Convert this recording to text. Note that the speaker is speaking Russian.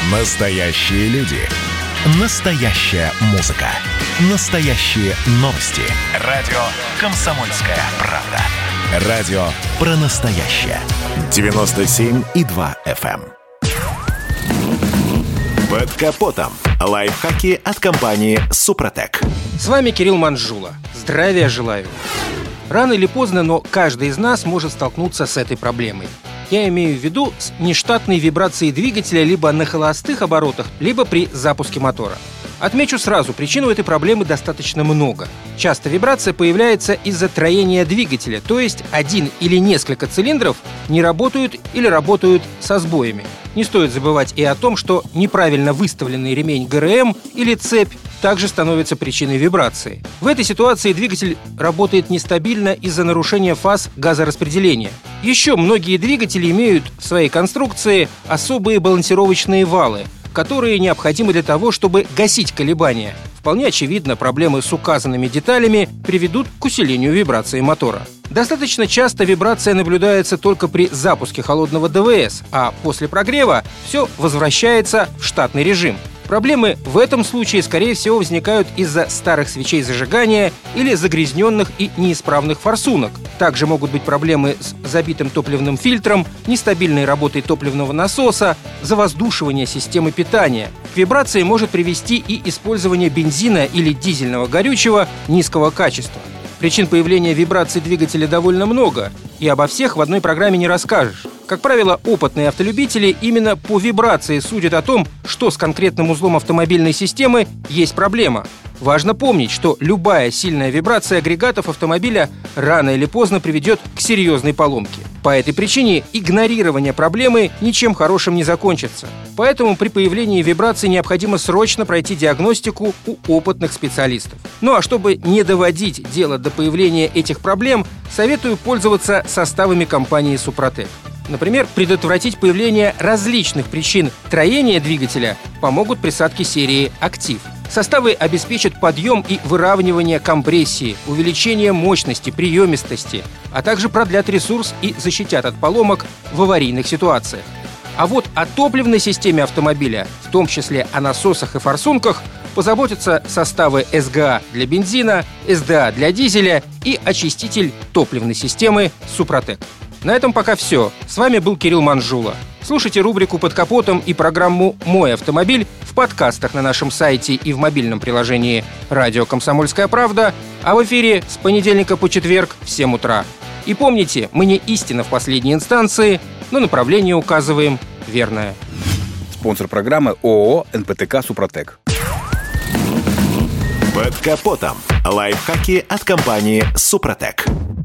Настоящие люди. Настоящая музыка. Настоящие новости. Радио «Комсомольская правда». Радио про настоящее. 97,2 FM. Под капотом. Лайфхаки от компании «Супротек». С вами Кирилл Манжула. Здравия желаю. Рано или поздно, но каждый из нас может столкнуться с этой проблемой. Я имею в виду с нештатной вибрацией двигателя либо на холостых оборотах, либо при запуске мотора. Отмечу сразу, причин у этой проблемы достаточно много. Часто вибрация появляется из-за троения двигателя, то есть один или несколько цилиндров не работают или работают со сбоями. Не стоит забывать и о том, что неправильно выставленный ремень ГРМ или цепь также становится причиной вибрации. В этой ситуации двигатель работает нестабильно из-за нарушения фаз газораспределения. Еще многие двигатели имеют в своей конструкции особые балансировочные валы, которые необходимы для того, чтобы гасить колебания. Вполне очевидно, проблемы с указанными деталями приведут к усилению вибрации мотора. Достаточно часто вибрация наблюдается только при запуске холодного ДВС, а после прогрева все возвращается в штатный режим. Проблемы в этом случае, скорее всего, возникают из-за старых свечей зажигания или загрязненных и неисправных форсунок. Также могут быть проблемы с забитым топливным фильтром, нестабильной работой топливного насоса, завоздушивание системы питания. К вибрации может привести и использование бензина или дизельного горючего низкого качества. Причин появления вибрации двигателя довольно много, и обо всех в одной программе не расскажешь. Как правило, опытные автолюбители именно по вибрации судят о том, что с конкретным узлом автомобильной системы есть проблема. Важно помнить, что любая сильная вибрация агрегатов автомобиля рано или поздно приведет к серьезной поломке. По этой причине игнорирование проблемы ничем хорошим не закончится. Поэтому при появлении вибрации необходимо срочно пройти диагностику у опытных специалистов. Ну а чтобы не доводить дело до появления этих проблем, советую пользоваться составами компании «Супротек». Например, предотвратить появление различных причин троения двигателя помогут присадки серии «Актив». Составы обеспечат подъем и выравнивание компрессии, увеличение мощности, приемистости, а также продлят ресурс и защитят от поломок в аварийных ситуациях. А вот о топливной системе автомобиля, в том числе о насосах и форсунках, позаботятся составы СГА для бензина, СДА для дизеля и очиститель топливной системы «Супротек». На этом пока все. С вами был Кирилл Манжула. Слушайте рубрику «Под капотом» и программу «Мой автомобиль» в подкастах на нашем сайте и в мобильном приложении «Радио Комсомольская правда», а в эфире с понедельника по четверг в 7 утра. И помните, мы не истина в последней инстанции, но направление указываем верное. Спонсор программы ООО «НПТК Супротек». Под капотом. Лайфхаки от компании «Супротек».